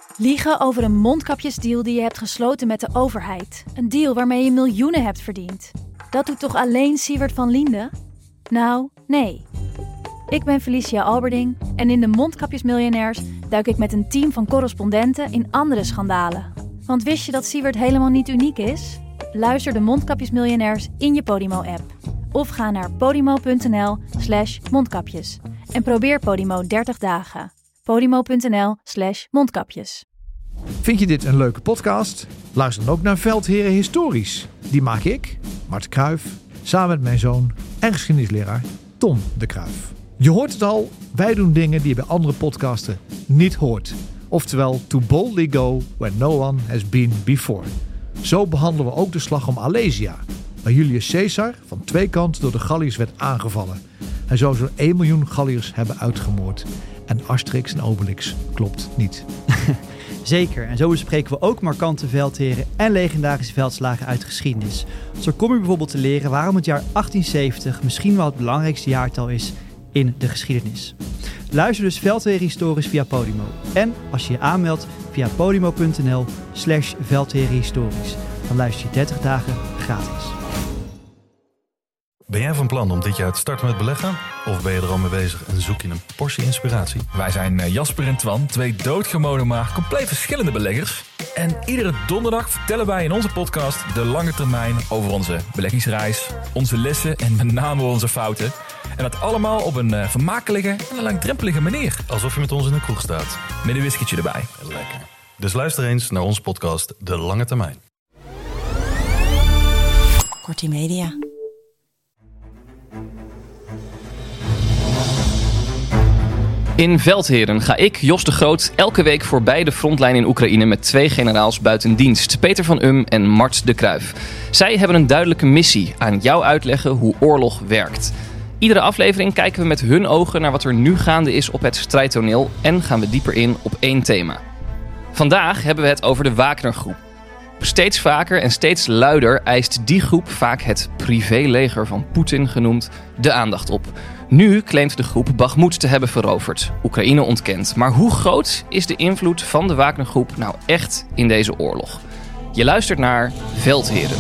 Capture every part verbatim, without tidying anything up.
Liegen over een mondkapjesdeal die je hebt gesloten met de overheid. Een deal waarmee je miljoenen hebt verdiend. Dat doet toch alleen Siewert van Liende? Nou, nee. Ik ben Felicia Alberding en in de Mondkapjesmiljonairs duik ik met een team van correspondenten in andere schandalen. Want wist je dat Siewert helemaal niet uniek is? Luister de Mondkapjesmiljonairs in je Podimo-app. Of ga naar podimo.nl slash mondkapjes. En probeer Podimo dertig dagen. Podimo.nl slash mondkapjes. Vind je dit een leuke podcast? Luister dan ook naar Veldheren Historisch. Die maak ik, Mart Kruijf, samen met mijn zoon en geschiedenisleraar Tom de Kruijf. Je hoort het al, wij doen dingen die je bij andere podcasten niet hoort. Oftewel, to boldly go where no one has been before. Zo behandelen we ook de slag om Alesia, waar Julius Caesar van twee kanten door de Galliërs werd aangevallen. Hij zou zo'n één miljoen Galliërs hebben uitgemoord. En Asterix en Obelix klopt niet. Zeker, en zo bespreken we ook markante veldheren en legendarische veldslagen uit de geschiedenis. Zo kom je bijvoorbeeld te leren waarom het jaar achttienzeventig misschien wel het belangrijkste jaartal is in de geschiedenis. Luister dus Veldheren Historisch via Podimo. En als je je aanmeldt via podimo.nl slash Veldheren Historisch. Dan luister je dertig dagen gratis. Ben jij van plan om dit jaar te starten met beleggen? Of ben je er al mee bezig en zoek je een portie inspiratie? Wij zijn Jasper en Twan, twee doodgewone maar compleet verschillende beleggers. En iedere donderdag vertellen wij in onze podcast de lange termijn over onze beleggingsreis, onze lessen en met name onze fouten. En dat allemaal op een uh, vermakelijke en een langdrempelige manier. Alsof je met ons in de kroeg staat. Met een whiskietje erbij. Lekker. Dus luister eens naar onze podcast De Lange Termijn. Kortie Media. In Veldheren ga ik, Jos de Groot, elke week voorbij de frontlijn in Oekraïne met twee generaals buiten dienst, Peter van Um en Mart de Kruijf. Zij hebben een duidelijke missie: aan jou uitleggen hoe oorlog werkt. Iedere aflevering kijken we met hun ogen naar wat er nu gaande is op het strijdtoneel en gaan we dieper in op één thema. Vandaag hebben we het over de Wagnergroep. Steeds vaker en steeds luider eist die groep, vaak het privéleger van Poetin genoemd, de aandacht op. Nu claimt de groep Bakhmut te hebben veroverd. Oekraïne ontkent. Maar hoe groot is de invloed van de Wagnergroep nou echt in deze oorlog? Je luistert naar Veldheren.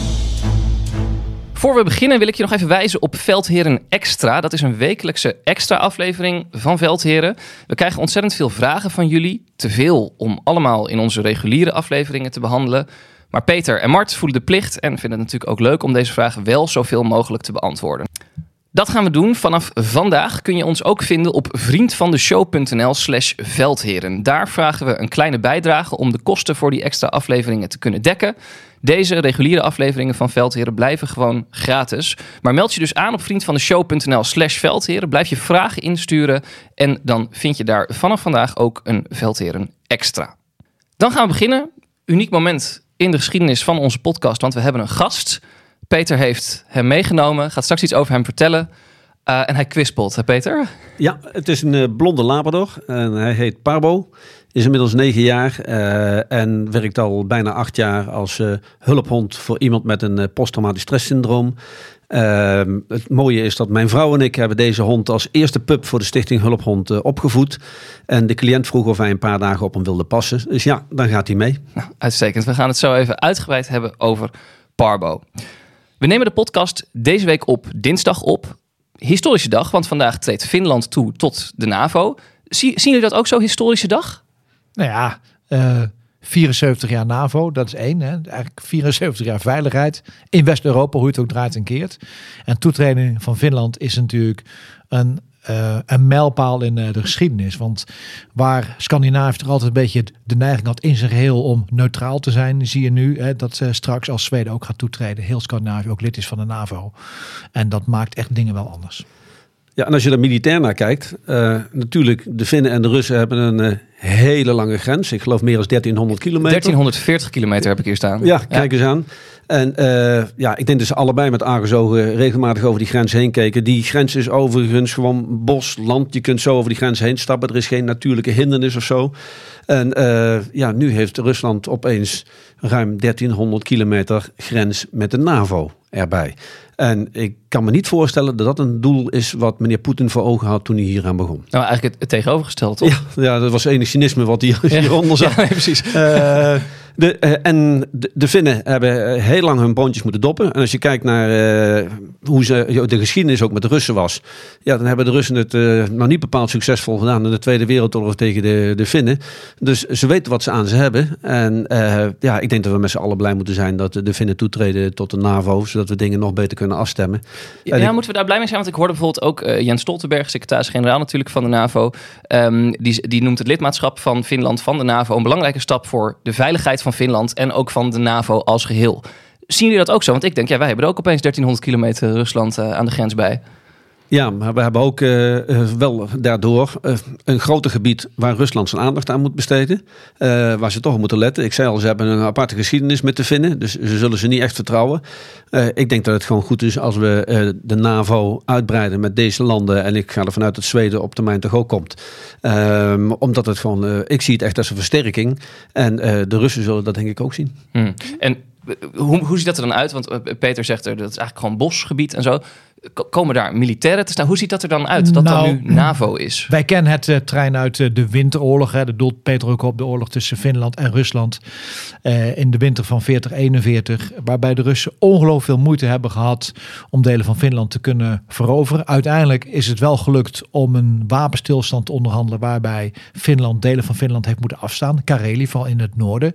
Voor we beginnen wil ik je nog even wijzen op Veldheren Extra. Dat is een wekelijkse extra aflevering van Veldheren. We krijgen ontzettend veel vragen van jullie. Te veel om allemaal in onze reguliere afleveringen te behandelen. Maar Peter en Mart voelen de plicht en vinden het natuurlijk ook leuk om deze vragen wel zoveel mogelijk te beantwoorden. Dat gaan we doen. Vanaf vandaag kun je ons ook vinden op vriendvandeshow.nl slash veldheren. Daar vragen we een kleine bijdrage om de kosten voor die extra afleveringen te kunnen dekken. Deze reguliere afleveringen van Veldheren blijven gewoon gratis. Maar meld je dus aan op vriendvandeshow.nl slash veldheren. Blijf je vragen insturen en dan vind je daar vanaf vandaag ook een Veldheren Extra. Dan gaan we beginnen. Uniek moment in de geschiedenis van onze podcast, want we hebben een gast. Peter heeft hem meegenomen, gaat straks iets over hem vertellen. Uh, en hij kwispelt, hè Peter? Ja, het is een uh, blonde labrador en hij heet Parbo. Is inmiddels negen jaar uh, en werkt al bijna acht jaar als uh, hulphond voor iemand met een uh, posttraumatisch stresssyndroom. Uh, het mooie is dat mijn vrouw en ik hebben deze hond als eerste pup voor de Stichting Hulphond uh, opgevoed. En de cliënt vroeg of hij een paar dagen op hem wilde passen. Dus ja, dan gaat hij mee. Nou, uitstekend. We gaan het zo even uitgebreid hebben over Parbo. We nemen de podcast deze week op dinsdag op. Historische dag, want vandaag treedt Finland toe tot de NAVO. Zie, zien jullie dat ook zo, historische dag? Nou ja, uh, vierenzeventig jaar NAVO, dat is één. Hè? Eigenlijk vierenzeventig jaar veiligheid in West-Europa, hoe je het ook draait en keert. En toetreding van Finland is natuurlijk een, uh, een mijlpaal in uh, de geschiedenis. Want waar Scandinavië toch altijd een beetje de neiging had in zijn geheel om neutraal te zijn, zie je nu hè, dat uh, straks als Zweden ook gaat toetreden, heel Scandinavië ook lid is van de NAVO. En dat maakt echt dingen wel anders. Ja, en als je daar militair naar kijkt, uh, natuurlijk, de Finnen en de Russen hebben een uh, hele lange grens. Ik geloof meer dan dertienhonderd kilometer. dertienhonderdveertig kilometer heb ik hier staan. Ja, kijk ja. eens aan. En uh, ja, ik denk dat ze allebei met argusogen regelmatig over die grens heen keken. Die grens is overigens gewoon bos, land. Je kunt zo over die grens heen stappen. Er is geen natuurlijke hindernis of zo. En uh, ja, nu heeft Rusland opeens ruim dertienhonderd kilometer grens met de NAVO erbij. En ik kan me niet voorstellen dat dat een doel is wat meneer Poetin voor ogen had toen hij hieraan begon. Nou, eigenlijk het, het tegenovergestelde, toch? Ja, ja, dat was enig cynisme wat hier, ja. hieronder zat. Ja, nee, precies. Uh, de, uh, en de, de Finnen hebben heel lang hun boontjes moeten doppen. En als je kijkt naar uh, hoe ze, de geschiedenis ook met de Russen was. Ja, dan hebben de Russen het uh, nog niet bepaald succesvol gedaan in de Tweede Wereldoorlog tegen de, de Finnen. Dus ze weten wat ze aan ze hebben. En uh, ja, ik denk dat we met z'n allen blij moeten zijn dat de Finnen toetreden tot de NAVO. Zodat we dingen nog beter kunnen afstemmen. Ja, ja, moeten we daar blij mee zijn? Want ik hoorde bijvoorbeeld ook uh, Jens Stoltenberg, secretaris-generaal natuurlijk van de NAVO. Um, die, die noemt het lidmaatschap van Finland van de NAVO een belangrijke stap voor de veiligheid van Finland en ook van de NAVO als geheel. Zien jullie dat ook zo? Want ik denk, ja, wij hebben er ook opeens dertienhonderd kilometer Rusland uh, aan de grens bij. Ja, maar we hebben ook uh, wel daardoor uh, een groter gebied waar Rusland zijn aandacht aan moet besteden. Uh, waar ze toch op moeten letten. Ik zei al, ze hebben een aparte geschiedenis met de Finnen. Dus ze zullen ze niet echt vertrouwen. Uh, ik denk dat het gewoon goed is als we uh, de NAVO uitbreiden met deze landen. En ik ga ervan uit dat Zweden op termijn toch ook komt. Uh, omdat het gewoon, uh, ik zie het echt als een versterking. En uh, de Russen zullen dat denk ik ook zien. Hmm. En hoe, hoe ziet dat er dan uit? Want uh, Peter zegt er, dat is eigenlijk gewoon bosgebied en zo. Komen daar militairen te staan? Hoe ziet dat er dan uit dat nou, dat nu NAVO is? Wij kennen het uh, trein uit uh, de winteroorlog. Hè. Dat doelt Peter ook op, de oorlog tussen Finland en Rusland. Uh, in de winter van veertig eenenveertig. Waarbij de Russen ongelooflijk veel moeite hebben gehad om delen van Finland te kunnen veroveren. Uiteindelijk is het wel gelukt om een wapenstilstand te onderhandelen. Waarbij Finland delen van Finland heeft moeten afstaan. Karelië, vooral in het noorden.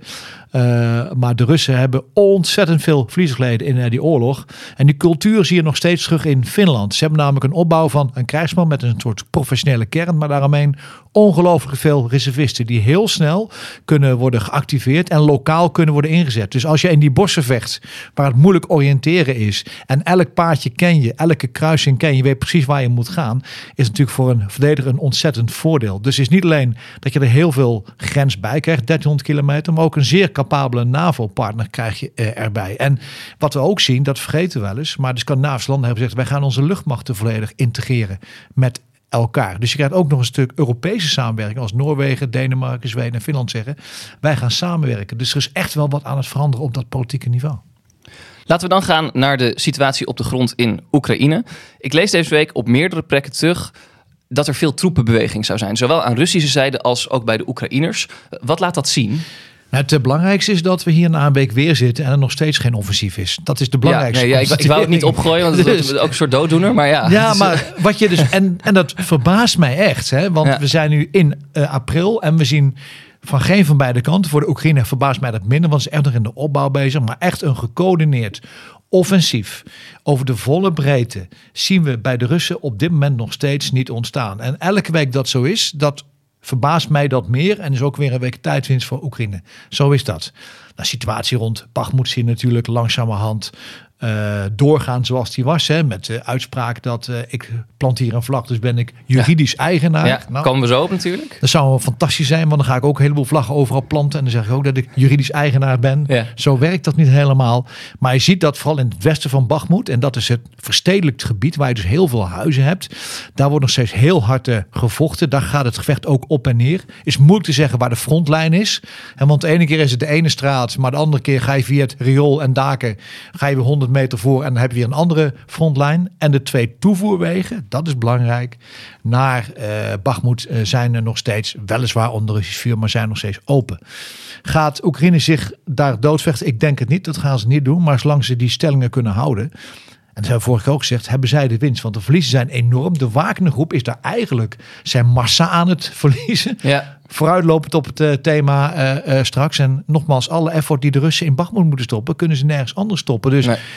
Uh, maar de Russen hebben ontzettend veel verlies geleden in uh, die oorlog. En die cultuur zie je nog steeds terug in Finland. Ze hebben namelijk een opbouw van een krijgsman met een soort professionele kern, maar daaromheen ongelooflijk veel reservisten die heel snel kunnen worden geactiveerd en lokaal kunnen worden ingezet. Dus als je in die bossen vecht, waar het moeilijk oriënteren is en elk paadje ken je, elke kruising ken je, je weet precies waar je moet gaan, is natuurlijk voor een verdediger een ontzettend voordeel. Dus het is niet alleen dat je er heel veel grens bij krijgt, dertienhonderd kilometer, maar ook een zeer capabele NAVO-partner krijg je eh, erbij. En wat we ook zien, dat vergeten we wel eens, maar de Scandinavische landen hebben gezegd, wij gaan onze luchtmachten volledig integreren met elkaar. Dus je krijgt ook nog een stuk Europese samenwerking als Noorwegen, Denemarken, Zweden en Finland zeggen. Wij gaan samenwerken. Dus er is echt wel wat aan het veranderen op dat politieke niveau. Laten we dan gaan naar de situatie op de grond in Oekraïne. Ik lees deze week op meerdere plekken terug dat er veel troepenbeweging zou zijn. Zowel aan Russische zijde als ook bij de Oekraïners. Wat laat dat zien? Het belangrijkste is dat we hier na een week weer zitten en er nog steeds geen offensief is. Dat is de belangrijkste. Ja, nee, ja, ik, ik wou het niet opgooien, want het is ook een soort dooddoener. Maar ja, ja maar wat je dus. En, en dat verbaast mij echt. Hè, want ja. we zijn nu in uh, april en we zien van geen van beide kanten. Voor de Oekraïne verbaast mij dat minder, want ze zijn echt nog in de opbouw bezig. Maar echt een gecoördineerd offensief over de volle breedte zien we bij de Russen op dit moment nog steeds niet ontstaan. En elke week dat zo is, dat verbaast mij dat meer en is ook weer een week tijdwinst voor Oekraïne. Zo is dat. De situatie rond Bakhmut zie je natuurlijk langzamerhand uh, doorgaan zoals die was. Hè, met de uitspraak dat uh, ik plant hier een vlag, dus ben ik juridisch ja. eigenaar. Ja, nou, komen we zo op natuurlijk. Dat zou fantastisch zijn, want dan ga ik ook een heleboel vlaggen overal planten. En dan zeg ik ook dat ik juridisch eigenaar ben. Ja. Zo werkt dat niet helemaal. Maar je ziet dat vooral in het westen van Bakhmut. En dat is het verstedelijkt gebied waar je dus heel veel huizen hebt. Daar wordt nog steeds heel hard uh, gevochten. Daar gaat het gevecht ook op en neer. Is moeilijk te zeggen waar de frontlijn is. En want de ene keer is het de ene straat, maar de andere keer ga je via het riool en daken, ga je weer honderd meter voor en dan heb je weer een andere frontlijn. En de twee toevoerwegen, dat is belangrijk, naar uh, Bakhmut uh, zijn er nog steeds, weliswaar onder Russisch vuur, maar zijn nog steeds open. Gaat Oekraïne zich daar doodvechten? Ik denk het niet, dat gaan ze niet doen. Maar zolang ze die stellingen kunnen houden, en dat hebben we vorige keer ook gezegd, hebben zij de winst. Want de verliezen zijn enorm. De Wagner-groep is daar eigenlijk zijn massa aan het verliezen. Ja. Vooruitlopend op het uh, thema uh, uh, straks. En nogmaals, alle effort die de Russen in Bakhmut moeten stoppen, kunnen ze nergens anders stoppen. Dus nee.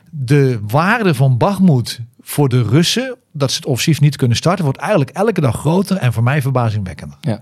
de waarde van Bakhmut voor de Russen, dat ze het offensief niet kunnen starten, wordt eigenlijk elke dag groter en voor mij verbazingwekkender. Ja.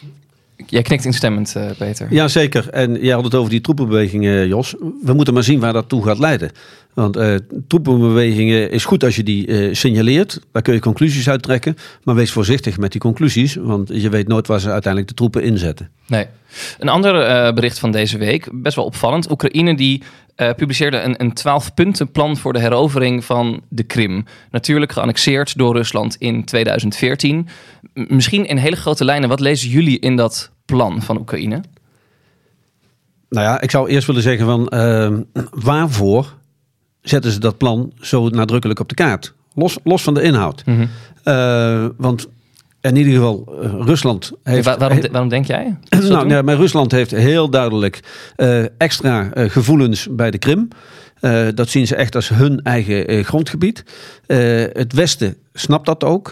Jij knikt instemmend, uh, Peter. Ja, zeker. En jij had het over die troepenbewegingen, Jos. We moeten maar zien waar dat toe gaat leiden. Want uh, troepenbewegingen is goed als je die uh, signaleert. Daar kun je conclusies uit trekken. Maar wees voorzichtig met die conclusies. Want je weet nooit waar ze uiteindelijk de troepen inzetten. Nee. Een ander uh, bericht van deze week, best wel opvallend. Oekraïne die uh, publiceerde een, een twaalf-puntenplan voor de herovering van de Krim. Natuurlijk geannexeerd door Rusland in tweeduizend veertien. M- misschien in hele grote lijnen, wat lezen jullie in dat plan van Oekraïne? Nou ja, ik zou eerst willen zeggen van uh, waarvoor zetten ze dat plan zo nadrukkelijk op de kaart? Los, los van de inhoud. Mm-hmm. Uh, want in ieder geval uh, Rusland heeft... Wa- waarom, waarom denk jij? Nou, ja, maar Rusland heeft heel duidelijk uh, extra uh, gevoelens bij de Krim. Uh, dat zien ze echt als hun eigen uh, grondgebied. Uh, het Westen snapt dat ook.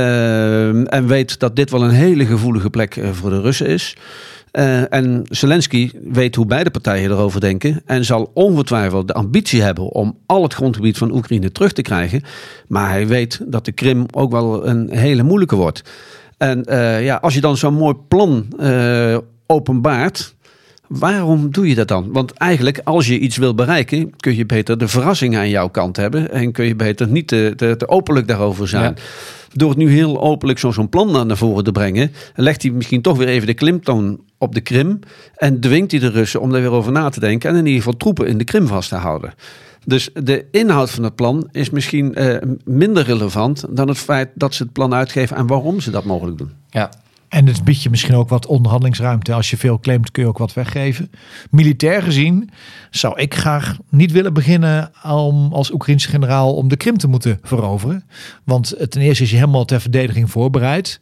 Uh, en weet dat dit wel een hele gevoelige plek uh, voor de Russen is. Uh, en Zelensky weet hoe beide partijen erover denken. En zal ongetwijfeld de ambitie hebben om al het grondgebied van Oekraïne terug te krijgen. Maar hij weet dat de Krim ook wel een hele moeilijke wordt. En uh, ja, als je dan zo'n mooi plan uh, openbaart... Waarom doe je dat dan? Want eigenlijk, als je iets wil bereiken, kun je beter de verrassingen aan jouw kant hebben. En kun je beter niet te, te, te openlijk daarover zijn. Ja. Door het nu heel openlijk zo, zo'n plan naar voren te brengen, legt hij misschien toch weer even de klimtoon op de Krim. En dwingt hij de Russen om daar weer over na te denken. En in ieder geval troepen in de Krim vast te houden. Dus de inhoud van het plan is misschien uh, minder relevant dan het feit dat ze het plan uitgeven en waarom ze dat mogelijk doen. Ja. En het biedt je misschien ook wat onderhandelingsruimte. Als je veel claimt, kun je ook wat weggeven. Militair gezien zou ik graag niet willen beginnen om als Oekraïense generaal om de Krim te moeten veroveren. Want ten eerste is je helemaal ter verdediging voorbereid.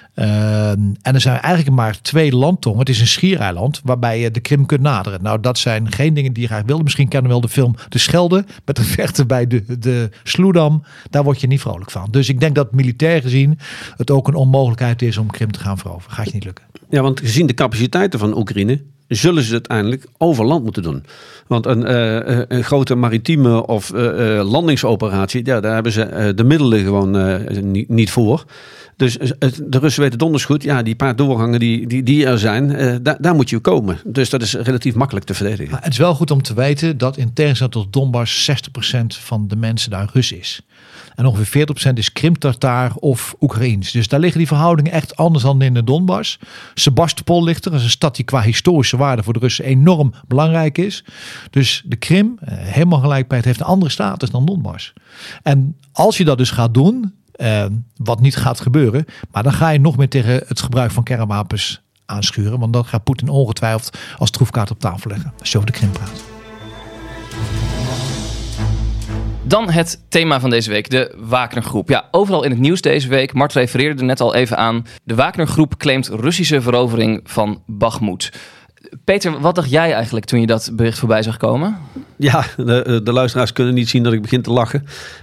Uh, en er zijn eigenlijk maar twee landtongen. Het is een schiereiland waarbij je de Krim kunt naderen. Nou, dat zijn geen dingen die je graag wilde. Misschien kennen we wel de film De Schelde met de vechten bij de, de Sloedam. Daar word je niet vrolijk van. Dus ik denk dat militair gezien het ook een onmogelijkheid is om Krim te gaan veroveren. Gaat je niet lukken. Ja, want gezien de capaciteiten van Oekraïne zullen ze het uiteindelijk over land moeten doen. Want een, uh, een grote maritieme of uh, uh, landingsoperatie, ja, daar hebben ze uh, de middelen gewoon uh, niet, niet voor. Dus uh, de Russen weten donders goed, ja, die paar doorgangen die, die, die er zijn, uh, daar, daar moet je komen. Dus dat is relatief makkelijk te verdedigen. Maar het is wel goed om te weten dat in tegenstelling tot Donbass zestig procent van de mensen daar Rus is. En ongeveer veertig procent is Krim-Tartaar of Oekraïens. Dus daar liggen die verhoudingen echt anders dan in de Donbass. Sebastopol ligt er. Dat is een stad die qua historische waarde voor de Russen enorm belangrijk is. Dus de Krim, helemaal gelijk bij het, heeft een andere status dan Donbass. En als je dat dus gaat doen, eh, wat niet gaat gebeuren, maar dan ga je nog meer tegen het gebruik van kernwapens aanschuren. Want dat gaat Poetin ongetwijfeld als troefkaart op tafel leggen. Als je over de Krim praat. Dan het thema van deze week, de Wagner-groep. Ja, overal in het nieuws deze week. Mart refereerde er net al even aan. De Wagner-groep claimt Russische verovering van Bakhmut. Peter, wat dacht jij eigenlijk toen je dat bericht voorbij zag komen? Ja, de, de luisteraars kunnen niet zien dat ik begin te lachen.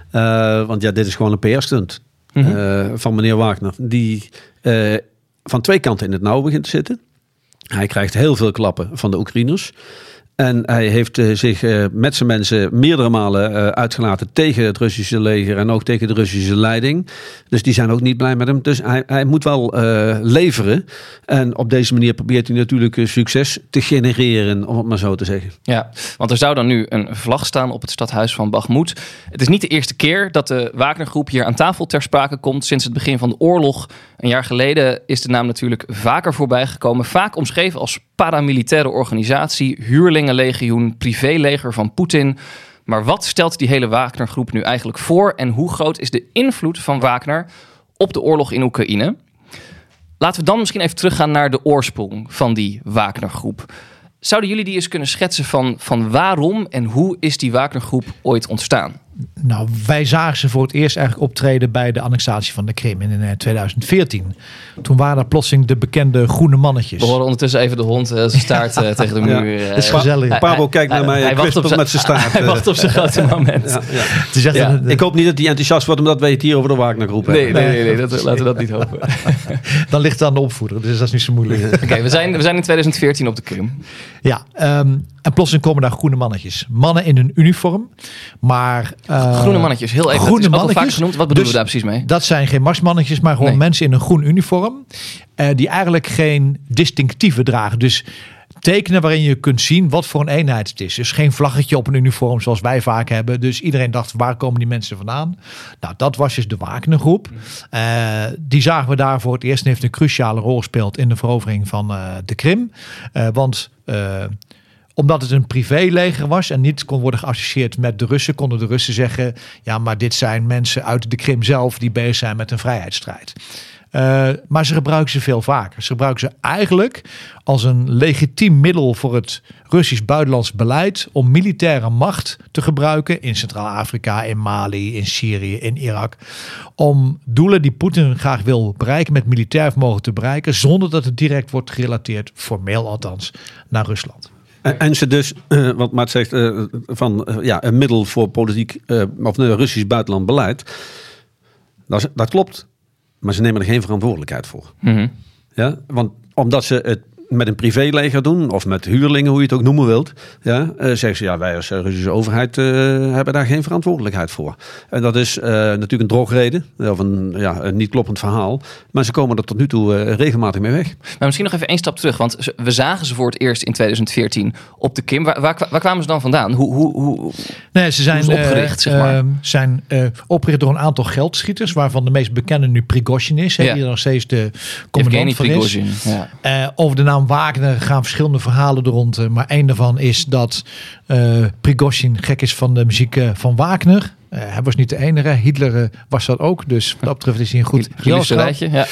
Uh, want ja, dit is gewoon een P R-stunt mm-hmm. uh, van meneer Wagner. Die uh, van twee kanten in het nauw begint te zitten. Hij krijgt heel veel klappen van de Oekraïners. En hij heeft uh, zich uh, met zijn mensen meerdere malen uh, uitgelaten tegen het Russische leger en ook tegen de Russische leiding. Dus die zijn ook niet blij met hem. Dus hij, hij moet wel uh, leveren. En op deze manier probeert hij natuurlijk uh, succes te genereren, om het maar zo te zeggen. Ja, want er zou dan nu een vlag staan op het stadhuis van Bakhmut. Het is niet de eerste keer dat de Wagner-groep hier aan tafel ter sprake komt. Sinds het begin van de oorlog, een jaar geleden, is de naam natuurlijk vaker voorbij gekomen. Vaak omschreven als paramilitaire organisatie, huurlingenlegioen, privéleger van Poetin. Maar wat stelt die hele Wagner-groep nu eigenlijk voor en hoe groot is de invloed van Wagner op de oorlog in Oekraïne? Laten we dan misschien even teruggaan naar de oorsprong van die Wagner-groep. Zouden jullie die eens kunnen schetsen van, van waarom en hoe is die Wagner-groep ooit ontstaan? Nou, wij zagen ze voor het eerst eigenlijk optreden bij de annexatie van de Krim in twintig veertien. Toen waren er plotseling de bekende groene mannetjes. We horen ondertussen even de hond uh, zijn staart uh, tegen de muur. Ja, dat is gezellig. Pablo kijkt naar mij en kwispelt met zijn staart. Hij wacht op zijn grote moment. Ja, ja. Het is echt ja. een, ik hoop niet dat hij enthousiast wordt omdat wij het hier over de Wagner-groep nee, hebben. Nee, nee, nee, dat, laten we dat niet hopen. Dan ligt het aan de opvoeder, dus dat is niet zo moeilijk. Oké, okay, we, zijn, we zijn in twintig veertien op de Krim. Ja, um, en plotseling komen daar groene mannetjes. Mannen in hun uniform, maar... Uh, groene mannetjes, heel even. Groene dat is mannetjes. Vaak genoemd. Wat bedoelen dus, we daar precies mee? Dat zijn geen marsmannetjes, maar gewoon nee. mensen in een groen uniform. Uh, die eigenlijk geen distinctieven dragen. Dus tekenen waarin je kunt zien wat voor een eenheid het is. Dus geen vlaggetje op een uniform zoals wij vaak hebben. Dus iedereen dacht, waar komen die mensen vandaan? Nou, dat was dus de Wagner-groep. Uh, die zagen we daar voor het eerst en heeft een cruciale rol gespeeld in de verovering van uh, de Krim. Uh, want... Uh, Omdat het een privéleger was en niet kon worden geassocieerd met de Russen, konden de Russen zeggen, ja, maar dit zijn mensen uit de Krim zelf die bezig zijn met een vrijheidsstrijd. Uh, maar ze gebruiken ze veel vaker. Ze gebruiken ze eigenlijk als een legitiem middel voor het Russisch buitenlands beleid om militaire macht te gebruiken in Centraal-Afrika, in Mali, in Syrië, in Irak. Om doelen die Poetin graag wil bereiken met militair vermogen te bereiken, zonder dat het direct wordt gerelateerd, formeel althans, naar Rusland. En, en ze dus, uh, wat Maart zegt, uh, van uh, ja, een middel voor politiek uh, of uh, Russisch buitenland beleid. Dat, dat klopt. Maar ze nemen er geen verantwoordelijkheid voor. Mm-hmm. Ja, want omdat ze het met een privéleger doen, of met huurlingen, hoe je het ook noemen wilt, ja, uh, zeggen ze, ja, wij als Russische overheid uh, hebben daar geen verantwoordelijkheid voor. En dat is uh, natuurlijk een drogreden, of een, ja, een niet kloppend verhaal. Maar ze komen er tot nu toe uh, regelmatig mee weg. Maar misschien nog even één stap terug, want we zagen ze voor het eerst in twintig veertien op de Krim. Waar, waar, waar kwamen ze dan vandaan? Hoe, hoe, hoe, nee, ze zijn hoe is opgericht, uh, zeg maar. Uh, zijn uh, opgericht door een aantal geldschieters, waarvan de meest bekende nu Prigozhin is, ja. He, die er nog steeds de commandant van is. Ja. Uh, over de naam Wagner gaan verschillende verhalen er rond. Uh, maar één daarvan is dat uh, Prigozhin gek is van de muziek uh, van Wagner. Uh, hij was niet de enige. Hitler uh, was dat ook. Dus wat dat betreft is hij een goed rijtje. Ja.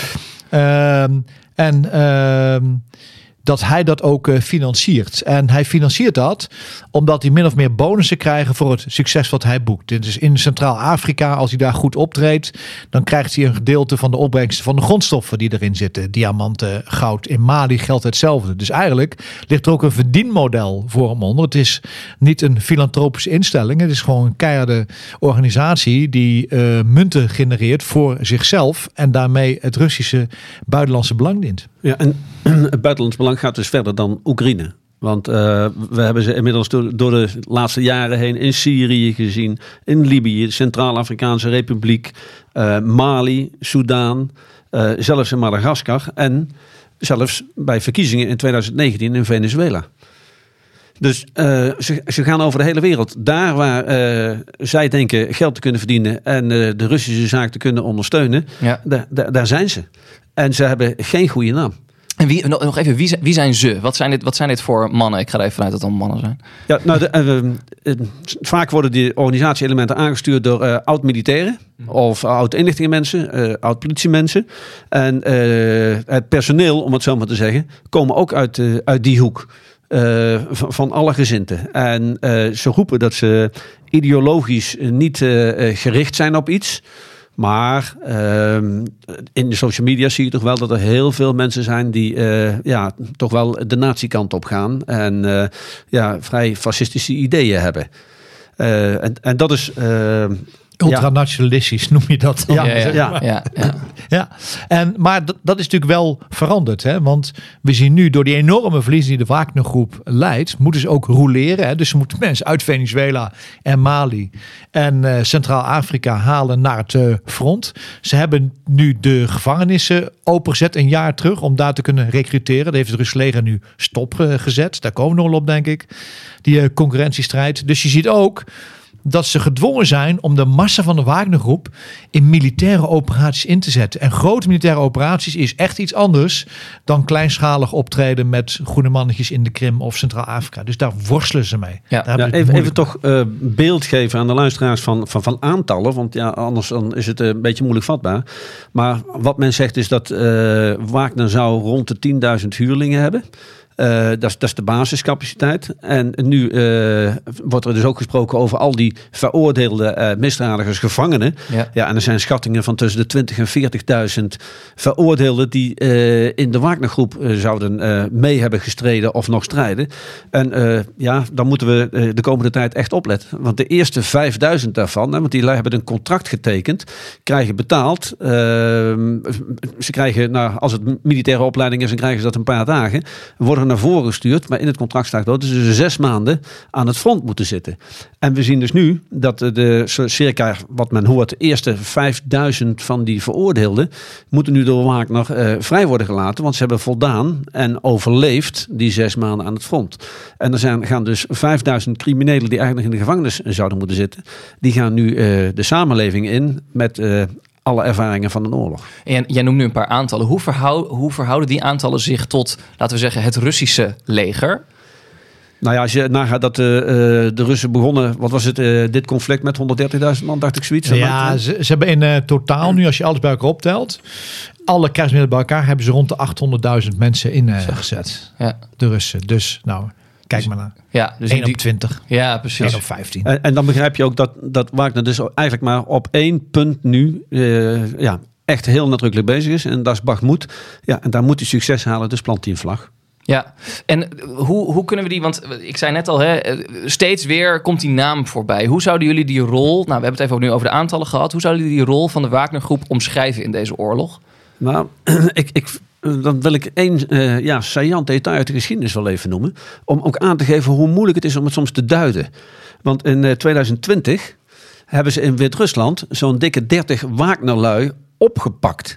Uh, en uh, dat hij dat ook uh, financiert. En hij financiert dat omdat hij min of meer bonussen krijgen voor het succes wat hij boekt. Dus in Centraal-Afrika, als hij daar goed optreedt, dan krijgt hij een gedeelte van de opbrengsten van de grondstoffen die erin zitten. Diamanten, goud. In Mali geldt hetzelfde. Dus eigenlijk ligt er ook een verdienmodel voor hem onder. Het is niet een filantropische instelling. Het is gewoon een keiharde organisatie die uh, munten genereert voor zichzelf en daarmee het Russische buitenlandse belang dient. Ja, en het buitenlands belang gaat dus verder dan Oekraïne. Want uh, we hebben ze inmiddels door, door de laatste jaren heen in Syrië gezien, in Libië, Centraal-Afrikaanse Republiek, uh, Mali, Soudaan, uh, zelfs in Madagaskar en zelfs bij verkiezingen in twintig negentien in Venezuela. Dus uh, ze, ze gaan over de hele wereld. Daar waar uh, zij denken geld te kunnen verdienen en uh, de Russische zaak te kunnen ondersteunen, ja. da, da, daar zijn ze. En ze hebben geen goede naam. En wie, nog even, wie zijn, wie zijn ze? Wat zijn, dit, wat zijn dit voor mannen? Ik ga er even vanuit dat het allemaal mannen zijn. Ja, nou, de, uh, uh, vaak worden die organisatie-elementen aangestuurd door uh, oud-militairen of oud-inlichtingenmensen, uh, oud-politiemensen. En uh, het personeel, om het zo maar te zeggen, komen ook uit, uh, uit die hoek. Uh, van, van alle gezinten. En uh, ze roepen dat ze ideologisch niet uh, gericht zijn op iets. Maar uh, in de social media zie je toch wel dat er heel veel mensen zijn die uh, ja, toch wel de nazi-kant op gaan. En uh, ja, vrij fascistische ideeën hebben. Uh, en, en dat is... Uh, Ultranationalistisch noem je dat dan. Ja, ja, ja, ja, ja. ja. En, maar dat, dat is natuurlijk wel veranderd. Hè? Want we zien nu door die enorme verliezen die de Wagnergroep leidt, moeten ze ook roleren. Hè? Dus ze moeten mensen uit Venezuela en Mali en uh, Centraal-Afrika halen naar het uh, front. Ze hebben nu de gevangenissen opengezet een jaar terug om daar te kunnen recruteren. Dat heeft het Russische leger nu stopgezet. Daar komen we nog op, denk ik. Die uh, concurrentiestrijd. Dus je ziet ook dat ze gedwongen zijn om de massa van de Wagnergroep in militaire operaties in te zetten. En grote militaire operaties is echt iets anders dan kleinschalig optreden met groene mannetjes in de Krim of Centraal-Afrika. Dus daar worstelen ze mee. Ja. Daar Ja, even, even toch uh, beeld geven aan de luisteraars van, van, van aantallen, want ja, anders dan is het een beetje moeilijk vatbaar. Maar wat men zegt is dat uh, Wagner zou rond de tienduizend huurlingen hebben. Uh, dat, is, dat is de basiscapaciteit. En nu uh, wordt er dus ook gesproken over al die veroordeelde uh, misdadigers, gevangenen. Ja. Ja, en er zijn schattingen van tussen de twintig en veertigduizend veroordeelden die uh, in de Wagnergroep uh, zouden uh, mee hebben gestreden of nog strijden. En uh, ja, dan moeten we uh, de komende tijd echt opletten. Want de eerste vijfduizend daarvan, hè, want die hebben een contract getekend, krijgen betaald. Uh, ze krijgen, nou, als het militaire opleiding is, dan krijgen ze dat een paar dagen. Worden naar voren gestuurd, maar in het contract staat dat ze zes maanden aan het front moeten zitten. En we zien dus nu dat de circa, wat men hoort, de eerste vijfduizend van die veroordeelden moeten nu door Wagner uh, vrij worden gelaten, want ze hebben voldaan en overleefd die zes maanden aan het front. En er zijn, gaan dus vijfduizend criminelen die eigenlijk in de gevangenis zouden moeten zitten, die gaan nu uh, de samenleving in met uh, alle ervaringen van een oorlog. En jij noemt nu een paar aantallen. Hoe, verhou, hoe verhouden die aantallen zich tot, laten we zeggen, het Russische leger? Nou ja, als je nagaat dat uh, de Russen begonnen, wat was het, uh, dit conflict met honderddertigduizend man, dacht ik zoiets. Ja, ze, ze hebben in uh, totaal nu, als je alles bij elkaar optelt, alle krijgsmiddelen bij elkaar, hebben ze rond de achthonderdduizend mensen ingezet. Uh, ja. De Russen. Dus nou, kijk maar naar. Ja, dus één die, op twintig. Ja, precies. één op vijftien. En, en dan begrijp je ook dat, dat Wagner dus eigenlijk maar op één punt nu uh, ja, echt heel nadrukkelijk bezig is. En dat is Bakhmut. Ja, en daar moet hij succes halen, dus plant hij een vlag. Ja, en hoe, hoe kunnen we die, want ik zei net al, hè, steeds weer komt die naam voorbij. Hoe zouden jullie die rol, nou we hebben het even ook nu over de aantallen gehad, hoe zouden jullie die rol van de Wagnergroep omschrijven in deze oorlog? Nou, ik, ik, dan wil ik één uh, ja, saillant detail uit de geschiedenis wel even noemen, om ook aan te geven hoe moeilijk het is om het soms te duiden. Want in uh, tweeduizend twintig hebben ze in Wit-Rusland zo'n dikke dertig Wagnerlui opgepakt.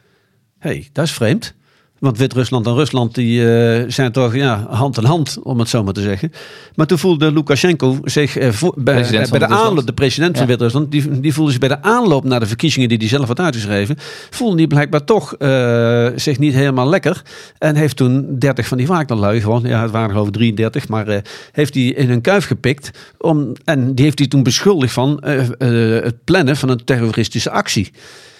Hé, hey, dat is vreemd. Want Wit-Rusland en Rusland die, uh, zijn toch ja, hand in hand, om het zo maar te zeggen. Maar toen voelde Lukashenko zich uh, vo- bij, uh, bij de aanloop, de president ja. van Wit-Rusland, die, die voelde zich bij de aanloop naar de verkiezingen die hij zelf had uitgeschreven, voelde hij blijkbaar toch uh, zich niet helemaal lekker. En heeft toen dertig van die Wagnerlui gewoon, ja het waren geloof ik drieëndertig, maar uh, heeft hij in een kuif gepikt. Om, en die heeft hij toen beschuldigd van uh, uh, het plannen van een terroristische actie.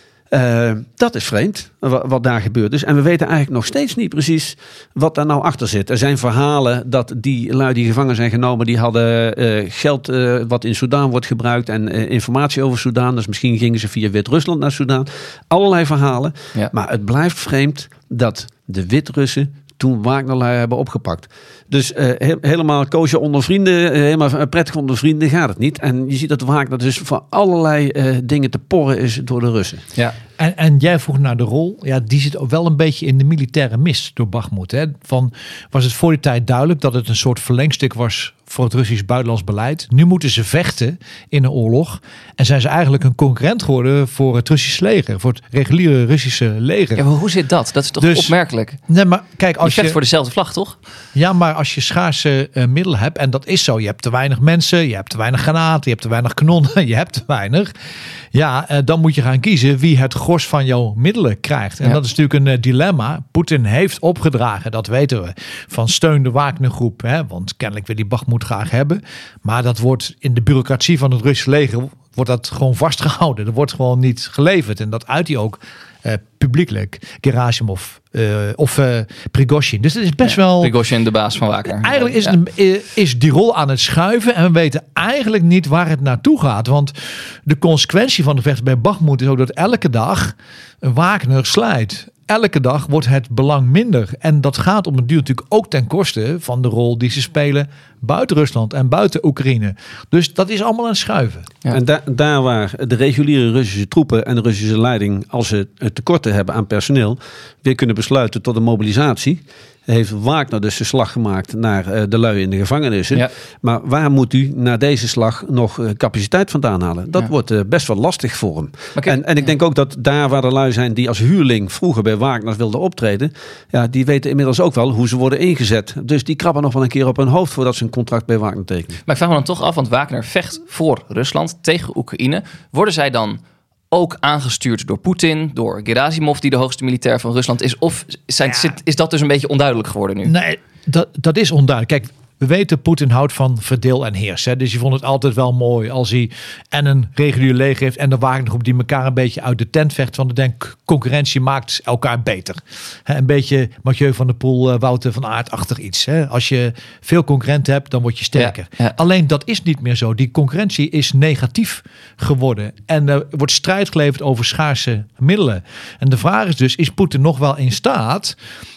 Uh, dat is vreemd, wat, wat daar gebeurd is. En we weten eigenlijk nog steeds niet precies wat daar nou achter zit. Er zijn verhalen dat die lui die gevangen zijn genomen, die hadden uh, geld uh, wat in Soedan wordt gebruikt en uh, informatie over Soedan. Dus misschien gingen ze via Wit-Rusland naar Soedan. Allerlei verhalen. Ja. Maar het blijft vreemd dat de Wit-Russen toen Wagnerlui hebben opgepakt. Dus uh, he- helemaal koosje onder vrienden, uh, helemaal prettig onder vrienden gaat het niet. En je ziet dat Wagner dus voor allerlei uh, dingen te porren is door de Russen. Ja. En, en jij vroeg naar de rol. Ja, die zit ook wel een beetje in de militaire mist door Bakhmut. Hè? Van, was het voor die tijd duidelijk dat het een soort verlengstuk was voor het Russisch buitenlands beleid. Nu moeten ze vechten in een oorlog. En zijn ze eigenlijk een concurrent geworden voor het Russische leger. Voor het reguliere Russische leger. Ja, maar hoe zit dat? Dat is toch dus opmerkelijk? Nee, maar kijk, als je vecht je voor dezelfde vlag, toch? Ja, maar als je schaarse uh, middelen hebt, en dat is zo. Je hebt te weinig mensen, je hebt te weinig granaten, je hebt te weinig kanonnen, je hebt te weinig. Ja, uh, dan moet je gaan kiezen wie het gros van jouw middelen krijgt. En ja. dat is natuurlijk een uh, dilemma. Poetin heeft opgedragen, dat weten we, van steun de Wagnergroep. Hè, want kennelijk wil die Bakhmut graag hebben. Maar dat wordt in de bureaucratie van het Russische leger wordt dat gewoon vastgehouden. Er wordt gewoon niet geleverd. En dat uit hij ook uh, publiekelijk. Gerasimov uh, of uh, Prigozhin. Dus het is best ja, wel... Prigozhin, de baas van Wagner. Eigenlijk is, ja. het, is die rol aan het schuiven. En we weten eigenlijk niet waar het naartoe gaat. Want de consequentie van de vechten bij Bakhmut is ook dat elke dag Wagner slijt. Elke dag wordt het belang minder. En dat gaat op een duur natuurlijk ook ten koste van de rol die ze spelen buiten Rusland en buiten Oekraïne. Dus dat is allemaal aan het schuiven. Ja. En da- daar waar de reguliere Russische troepen en de Russische leiding, als ze tekorten hebben aan personeel, weer kunnen besluiten tot een mobilisatie, heeft Wagner dus de slag gemaakt naar uh, de lui in de gevangenissen. Ja. Maar waar moet u na deze slag nog uh, capaciteit vandaan halen? Dat ja. wordt uh, best wel lastig voor hem. Kijk, en, en ik denk ja. ook dat daar waar de lui zijn die als huurling vroeger bij Wagner wilden optreden, ja, die weten inmiddels ook wel hoe ze worden ingezet. Dus die krabben nog wel een keer op hun hoofd voordat ze een contract bij Wagner tekenen. Maar ik vraag me dan toch af, want Wagner vecht voor Rusland tegen Oekraïne. Worden zij dan ook aangestuurd door Poetin, door Gerasimov, die de hoogste militair van Rusland is? Of zijn, ja. zit, is dat dus een beetje onduidelijk geworden nu? Nee, dat, dat is onduidelijk. Kijk, we weten, Poetin houdt van verdeel en heers. Hè? Dus je vond het altijd wel mooi als hij en een regulier leger heeft en de Wagnergroep die elkaar een beetje uit de tent vecht. Want ik denk, concurrentie maakt elkaar beter. Hè? Een beetje Mathieu van der Poel, uh, Wouter van Aert-achtig iets. Hè? Als je veel concurrenten hebt, dan word je sterker. Ja, ja. Alleen dat is niet meer zo. Die concurrentie is negatief geworden. En er wordt strijd geleverd over schaarse middelen. En de vraag is dus, is Poetin nog wel in staat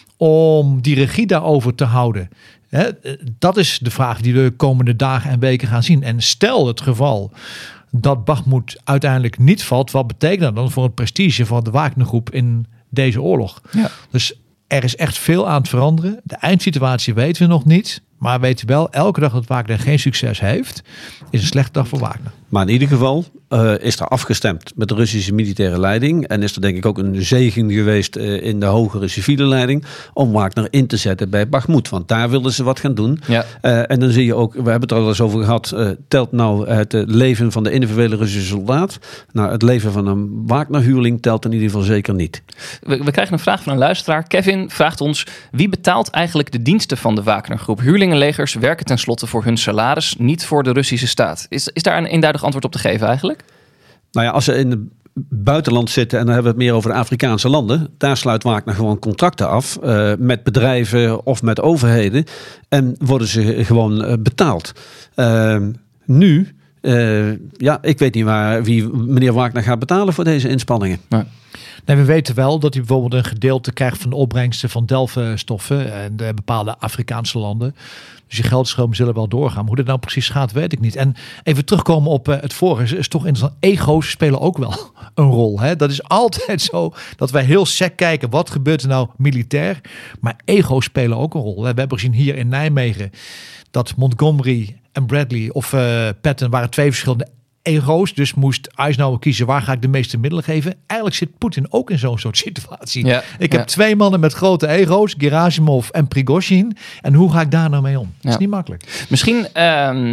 om die regie daarover te houden? He, dat is de vraag die we de komende dagen en weken gaan zien. En stel het geval dat Bakhmut uiteindelijk niet valt, wat betekent dat dan voor het prestige van de Wagnergroep in deze oorlog? Ja. Dus er is echt veel aan het veranderen. De eindsituatie weten we nog niet. Maar weten we wel, elke dag dat Wagner geen succes heeft, is een slechte dag voor Wagner. Maar in ieder geval, uh, is er afgestemd met de Russische militaire leiding. En is er denk ik ook een zegen geweest uh, in de hogere civiele leiding om Wagner in te zetten bij Bakhmut. Want daar wilden ze wat gaan doen. Ja. Uh, en dan zie je ook, we hebben het er al eens over gehad, uh, telt nou het uh, leven van de individuele Russische soldaat. Nou, het leven van een Wagner-huurling telt in ieder geval zeker niet. We, we krijgen een vraag van een luisteraar. Kevin vraagt ons, wie betaalt eigenlijk de diensten van de Wagner-groep? Huurlingenlegers werken tenslotte voor hun salaris, niet voor de Russische staat. Is, is daar een eenduidig antwoord op te geven eigenlijk? Nou ja, als ze in het buitenland zitten, en dan hebben we het meer over de Afrikaanse landen, daar sluit Wagner gewoon contracten af uh, met bedrijven of met overheden en worden ze gewoon uh, betaald. Uh, nu, uh, ja, ik weet niet waar wie meneer Wagner gaat betalen voor deze inspanningen. Ja. Nee, we weten wel dat hij bijvoorbeeld een gedeelte krijgt van de opbrengsten van delfstoffen en de bepaalde Afrikaanse landen. Dus die geldstromen zullen wel doorgaan. Maar hoe dat nou precies gaat, weet ik niet. En even terugkomen op uh, het vorige. Is toch interessant. Ego's spelen ook wel een rol. Hè? Dat is altijd zo dat wij heel sec kijken. Wat gebeurt er nou militair? Maar ego's spelen ook een rol. We hebben gezien hier in Nijmegen dat Montgomery en Bradley of uh, Patton waren twee verschillende ego's. Dus moest Eisenhower kiezen, waar ga ik de meeste middelen geven? Eigenlijk zit Poetin ook in zo'n soort situatie. Ja, ik heb ja. twee mannen met grote ego's, Gerasimov en Prigozhin. En hoe ga ik daar nou mee om? Dat ja. is niet makkelijk. Misschien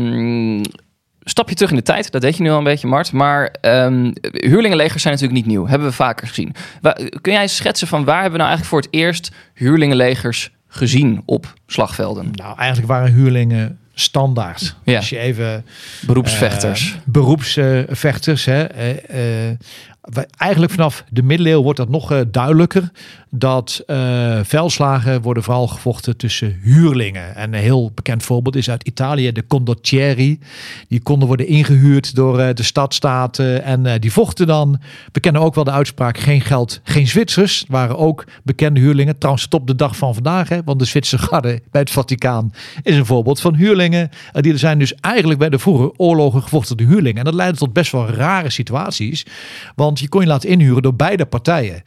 um, stap je terug in de tijd. Dat deed je nu al een beetje, Mart. Maar um, huurlingenlegers zijn natuurlijk niet nieuw. Hebben we vaker gezien. Kun jij schetsen van waar hebben we nou eigenlijk voor het eerst huurlingenlegers gezien op slagvelden? Nou, eigenlijk waren huurlingen standaard. Ja. Als je even beroepsvechters. Uh, beroepsvechters. Uh, hè, uh, uh, eigenlijk vanaf de middeleeuwen wordt dat nog uh, duidelijker. Dat uh, veldslagen worden vooral gevochten tussen huurlingen. En een heel bekend voorbeeld is uit Italië de condottieri. Die konden worden ingehuurd door uh, de stadstaten. En uh, die vochten dan. We kennen ook wel de uitspraak geen geld, geen Zwitsers. Waren ook bekende huurlingen. Trouwens tot op de dag van vandaag. Hè, want de Zwitserse garde bij het Vaticaan is een voorbeeld van huurlingen. Uh, die er zijn dus eigenlijk bij de vroege oorlogen gevochten door huurlingen. En dat leidde tot best wel rare situaties. Want je kon je laten inhuren door beide partijen.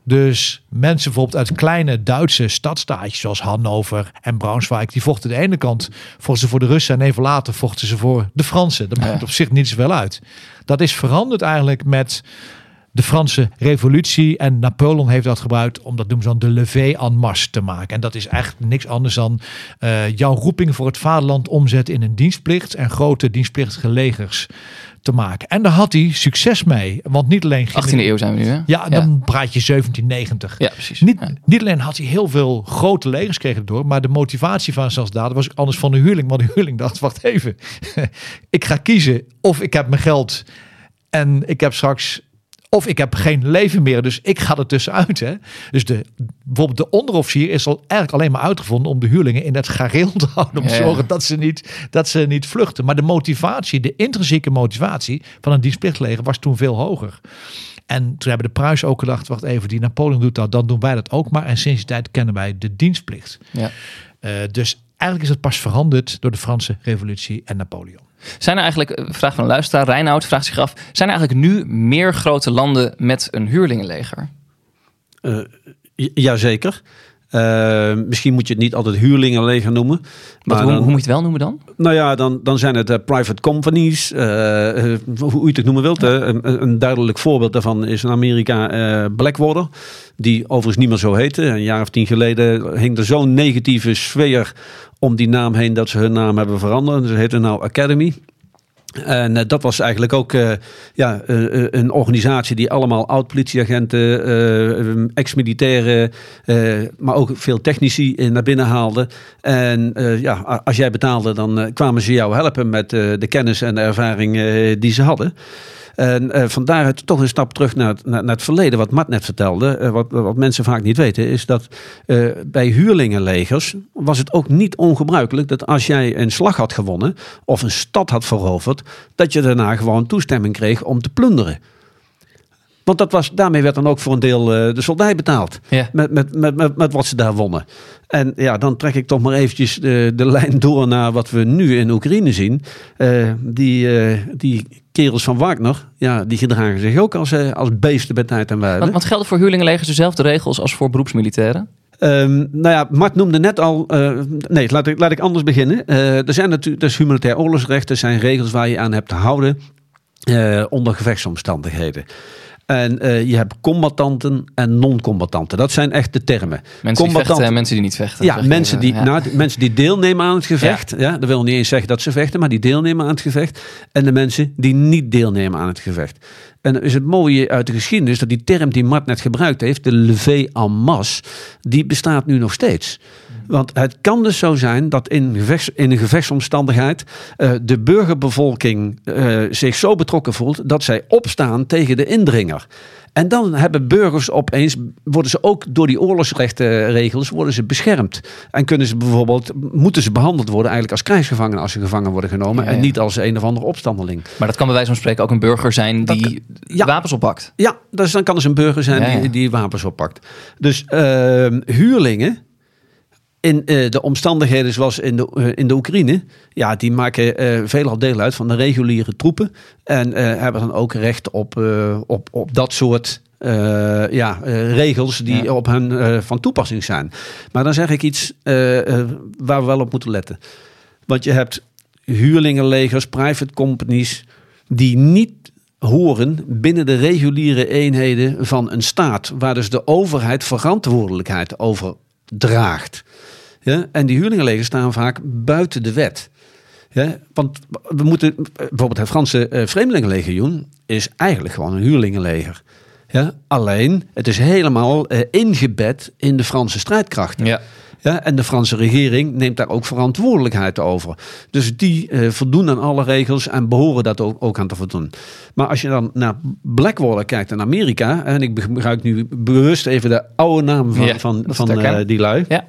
Dus mensen bijvoorbeeld uit kleine Duitse stadstaatjes zoals Hannover en Braunschweig, die vochten de ene kant vochten ze voor de Russen en even later vochten ze voor de Fransen. Dat maakt ja. op zich niet zoveel uit. Dat is veranderd eigenlijk met de Franse revolutie en Napoleon heeft dat gebruikt om dat noemen ze dan de levée en marche te maken. En dat is eigenlijk niks anders dan uh, jouw roeping voor het vaderland omzetten in een dienstplicht en grote dienstplichtige legers te maken. En daar had hij succes mee. Want niet alleen... achttiende eeuw zijn we nu, hè? Ja, dan ja. praat je zeventien negentig. Ja, precies. Niet, ja. niet alleen had hij heel veel grote legers kregen door, maar de motivatie van zijn soldaten was anders van de huurling. Want de huurling dacht, wacht even. Ik ga kiezen of ik heb mijn geld en ik heb straks... Of ik heb geen leven meer, dus ik ga er tussenuit. Hè? Dus de, bijvoorbeeld de onderofficier is al eigenlijk alleen maar uitgevonden om de huurlingen in het gareel te houden. Om te ja, ja. zorgen dat ze, niet, dat ze niet vluchten. Maar de motivatie, de intrinsieke motivatie van een dienstplichtleger was toen veel hoger. En toen hebben de Pruisen ook gedacht, wacht even, die Napoleon doet dat, dan doen wij dat ook maar. En sinds die tijd kennen wij de dienstplicht. Ja. Uh, dus eigenlijk is het pas veranderd door de Franse revolutie en Napoleon. Zijn er eigenlijk, vraag van een luisteraar, Reinoud vraagt zich af, zijn er eigenlijk nu meer grote landen met een huurlingenleger? Uh, Jazeker. Uh, misschien moet je het niet altijd huurlingenleger noemen. Maar hoe, dan, hoe moet je het wel noemen dan? Nou ja, dan, dan zijn het uh, private companies. Uh, uh, hoe je het noemen wilt. Ja. Uh, een, een duidelijk voorbeeld daarvan is in Amerika uh, Blackwater. Die overigens niet meer zo heette. Een jaar of tien geleden hing er zo'n negatieve sfeer om die naam heen dat ze hun naam hebben veranderd. Ze heten nou Academy. En uh, dat was eigenlijk ook uh, ja, uh, een organisatie die allemaal oud-politieagenten, uh, ex-militairen, uh, maar ook veel technici naar binnen haalde. En uh, ja, als jij betaalde, dan uh, kwamen ze jou helpen met uh, de kennis en de ervaring uh, die ze hadden. En uh, van daaruit toch een stap terug naar het, naar, naar het verleden, wat Mart net vertelde. Uh, wat, wat mensen vaak niet weten, is dat uh, bij huurlingenlegers was het ook niet ongebruikelijk dat als jij een slag had gewonnen of een stad had veroverd, dat je daarna gewoon toestemming kreeg om te plunderen. Want dat was, daarmee werd dan ook voor een deel uh, de soldij betaald. Ja. Met, met, met, met, met wat ze daar wonnen. En ja, dan trek ik toch maar eventjes de, de lijn door naar wat we nu in Oekraïne zien. Uh, die, uh, die kerels van Wagner, ja, die gedragen zich ook als, uh, als beesten bij tijd en wijle. Want, want gelden voor huurlingenlegers dezelfde regels als voor beroepsmilitairen? Um, nou ja, Mart noemde net al... Uh, nee, laat ik, laat ik anders beginnen. Uh, er zijn natuurlijk, dus humanitair oorlogsrecht, er zijn regels waar je aan hebt te houden. uh, onder gevechtsomstandigheden. En uh, je hebt combattanten en non-combattanten. Dat zijn echt de termen. Mensen die vechten en mensen die niet vechten. Ja, mensen die, ja. Nou, mensen die deelnemen aan het gevecht. Ja. Ja, dat wil niet eens zeggen dat ze vechten, maar die deelnemen aan het gevecht. En de mensen die niet deelnemen aan het gevecht. En dan is het mooie uit de geschiedenis dat die term die Mart net gebruikt heeft, de levée en masse, die bestaat nu nog steeds. Want het kan dus zo zijn dat in, gevechts, in een gevechtsomstandigheid uh, de burgerbevolking uh, zich zo betrokken voelt dat zij opstaan tegen de indringer. En dan hebben burgers opeens, worden ze ook door die oorlogsrechtenregels worden ze beschermd. En kunnen ze bijvoorbeeld, moeten ze behandeld worden eigenlijk als krijgsgevangenen als ze gevangen worden genomen. Ja, ja. En niet als een of andere opstandeling. Maar dat kan bij wijze van spreken ook een burger zijn die kan, ja, wapens oppakt. Ja, dus dan kan dus een burger zijn ja, ja. Die, die wapens oppakt. Dus uh, huurlingen in uh, de omstandigheden zoals in de, uh, in de Oekraïne, ja, die maken uh, veelal deel uit van de reguliere troepen. En uh, hebben dan ook recht op, uh, op, op dat soort uh, ja, uh, regels die ja. op hen uh, van toepassing zijn. Maar dan zeg ik iets uh, uh, waar we wel op moeten letten. Want je hebt huurlingenlegers, private companies, die niet horen binnen de reguliere eenheden van een staat, waar dus de overheid verantwoordelijkheid over draagt. Ja, en die huurlingenlegers staan vaak buiten de wet. Ja, want we moeten, bijvoorbeeld het Franse uh, Vreemdelingenlegioen is eigenlijk gewoon een huurlingenleger. Ja, alleen, het is helemaal uh, ingebed in de Franse strijdkrachten. Ja. Ja, en de Franse regering neemt daar ook verantwoordelijkheid over. Dus die uh, voldoen aan alle regels en behoren dat ook, ook aan te voldoen. Maar als je dan naar Blackwater kijkt in Amerika, en ik gebruik nu bewust even de oude naam van, ja, van, van uh, die lui. Ja.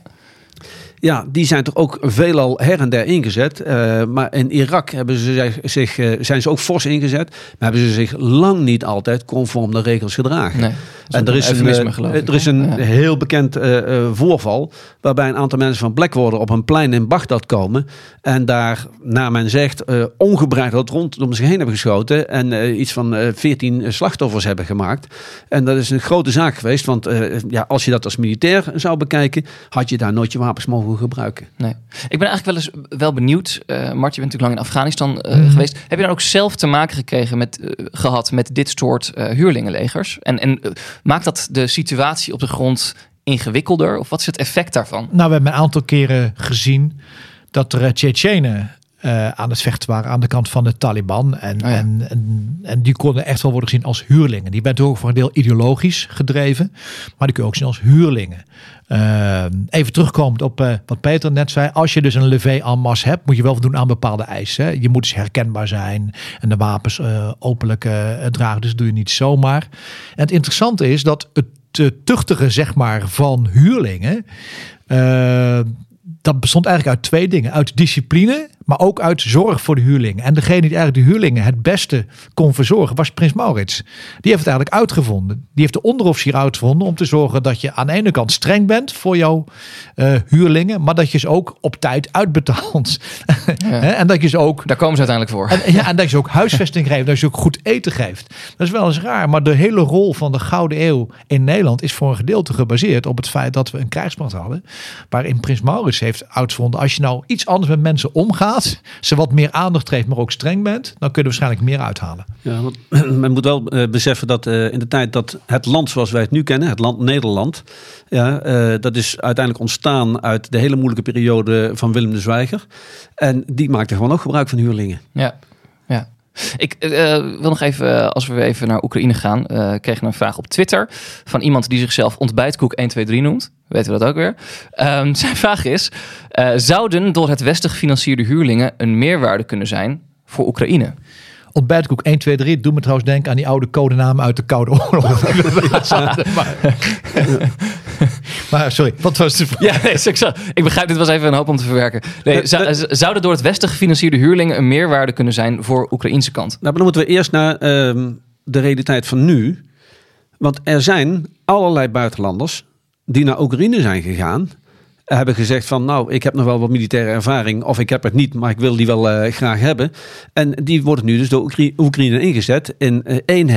Ja, die zijn toch ook veelal her en der ingezet. Uh, maar in Irak hebben ze zich, uh, zijn ze ook fors ingezet. Maar hebben ze zich lang niet altijd conform de regels gedragen. Nee, en er is een, uh, er is een ja. heel bekend uh, uh, voorval waarbij een aantal mensen van Blackwater op een plein in Bagdad komen. En daar, naar men zegt, uh, ongebreideld rondom zich heen hebben geschoten. En uh, iets van uh, veertien slachtoffers hebben gemaakt. En dat is een grote zaak geweest. Want uh, ja, als je dat als militair zou bekijken, had je daar nooit je wapens mogen gebruiken. Nee. Ik ben eigenlijk wel eens wel benieuwd. Uh, Mart, je bent natuurlijk lang in Afghanistan uh, mm. geweest. Heb je dan ook zelf te maken gekregen met, uh, gehad met dit soort uh, huurlingenlegers? En, en uh, maakt dat de situatie op de grond ingewikkelder? Of wat is het effect daarvan? Nou, we hebben een aantal keren gezien dat er uh, Tsjetsjenen Uh, aan het vechten waren aan de kant van de Taliban. En, oh ja. en, en, en die konden echt wel worden gezien als huurlingen. Die werden ook voor een deel ideologisch gedreven. Maar die kun je ook zien als huurlingen. Uh, even terugkomend op uh, wat Peter net zei. Als je dus een levée en masse hebt, moet je wel voldoen aan bepaalde eisen. Hè? Je moet dus herkenbaar zijn. En de wapens uh, openlijk uh, dragen. Dus dat doe je niet zomaar. En het interessante is dat het uh, tuchtigen, zeg maar, van huurlingen, Uh, dat bestond eigenlijk uit twee dingen. Uit discipline, maar ook uit zorg voor de huurlingen. En degene die eigenlijk de huurlingen het beste kon verzorgen was Prins Maurits. Die heeft het eigenlijk uitgevonden. Die heeft de onderofficier uitgevonden om te zorgen dat je aan de ene kant streng bent voor jouw uh, huurlingen, maar dat je ze ook op tijd uitbetaalt. Ja. En dat je ze ook... Daar komen ze uiteindelijk voor. En, ja, en dat je ze ook huisvesting geeft, dat je ze ook goed eten geeft. Dat is wel eens raar, maar de hele rol van de Gouden Eeuw in Nederland is voor een gedeelte gebaseerd op het feit dat we een krijgsmacht hadden, waarin Prins Maurits heeft uitgevonden, als je nou iets anders met mensen omgaat, ze wat meer aandacht geeft, maar ook streng bent, dan kun je waarschijnlijk meer uithalen. Ja, want men moet wel uh, beseffen dat uh, in de tijd dat het land zoals wij het nu kennen, het land Nederland, ja, uh, dat is uiteindelijk ontstaan uit de hele moeilijke periode van Willem de Zwijger. En die maakte gewoon ook gebruik van huurlingen. Ja, ja. Ik uh, wil nog even, uh, als we weer even naar Oekraïne gaan, uh, kregen we een vraag op Twitter van iemand die zichzelf ontbijtkoek één twee drie noemt. Weten we dat ook weer. Um, zijn vraag is, uh, zouden door het Westen gefinancierde huurlingen een meerwaarde kunnen zijn voor Oekraïne? Ontbijtkoek één twee drie doet me trouwens denken aan die oude codenamen uit de Koude Oorlog. maar, maar sorry, wat was de vraag? Ja, nee, ik, ik begrijp, dit was even een hoop om te verwerken. Nee, zou, zouden door het Westen gefinancierde huurlingen een meerwaarde kunnen zijn voor Oekraïnse kant? Nou, maar dan moeten we eerst naar uh, de realiteit van nu. Want er zijn allerlei buitenlanders die naar Oekraïne zijn gegaan, hebben gezegd van, nou, ik heb nog wel wat militaire ervaring, of ik heb het niet, maar ik wil die wel uh, graag hebben. En die worden nu dus door Oekra- Oekraïne ingezet in uh, eenheden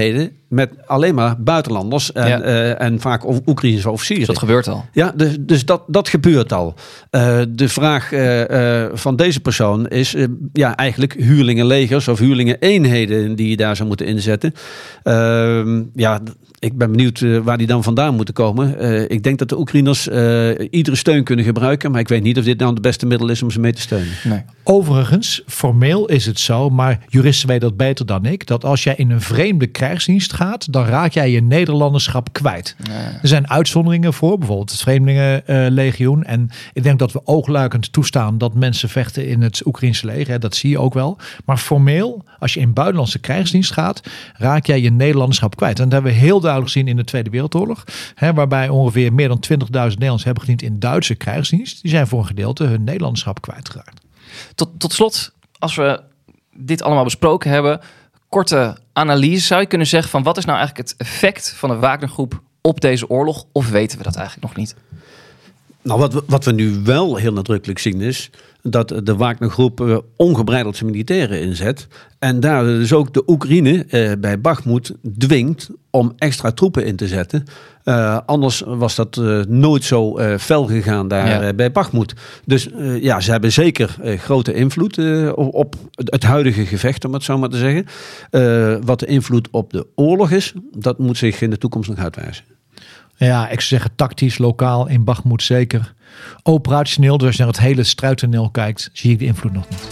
met alleen maar buitenlanders en, Ja. uh, en vaak Oekraïense officieren. Dus dat gebeurt al. Ja, dus, dus dat, dat gebeurt al. Uh, de vraag uh, uh, van deze persoon is uh, ja, eigenlijk huurlingenlegers of huurlingen-eenheden die je daar zou moeten inzetten. Uh, ja, ik ben benieuwd uh, waar die dan vandaan moeten komen. Uh, ik denk dat de Oekraïners uh, iedere steun kunnen gebruiken, maar ik weet niet of dit nou het beste middel is om ze mee te steunen. Nee. Overigens, formeel is het zo, maar juristen weten dat beter dan ik, dat als jij in een vreemde krijgsdienst gaat, dan raak jij je Nederlanderschap kwijt. Ja. Er zijn uitzonderingen voor, bijvoorbeeld het Vreemdelingenlegioen. Uh, en ik denk dat we oogluikend toestaan dat mensen vechten in het Oekraïnse leger. Hè, dat zie je ook wel. Maar formeel, als je in buitenlandse krijgsdienst gaat, raak jij je Nederlanderschap kwijt. En dat hebben we heel duidelijk gezien in de Tweede Wereldoorlog. Hè, waarbij ongeveer meer dan twintigduizend Nederlanders hebben gediend in Duitse krijgsdienst. Die zijn voor een gedeelte hun Nederlanderschap kwijtgeraakt. Tot, tot slot, als we dit allemaal besproken hebben, korte analyse, zou je kunnen zeggen van wat is nou eigenlijk het effect van de Wagnergroep op deze oorlog? Of weten we dat eigenlijk nog niet? Nou, wat we, wat we nu wel heel nadrukkelijk zien is dat de Wagnergroep uh, ongebreideld zijn militairen inzet. En daar dus ook de Oekraïne uh, bij Bakhmut dwingt om extra troepen in te zetten. Uh, anders was dat uh, nooit zo uh, fel gegaan daar Ja. uh, bij Bakhmut. Dus uh, ja, ze hebben zeker uh, grote invloed uh, op het, het huidige gevecht, om het zo maar te zeggen. Uh, wat de invloed op de oorlog is, dat moet zich in de toekomst nog uitwijzen. Ja, ik zou zeggen tactisch, lokaal, in Bakhmut zeker. Operationeel, dus als je naar het hele strijdtoneel kijkt, zie ik de invloed nog niet.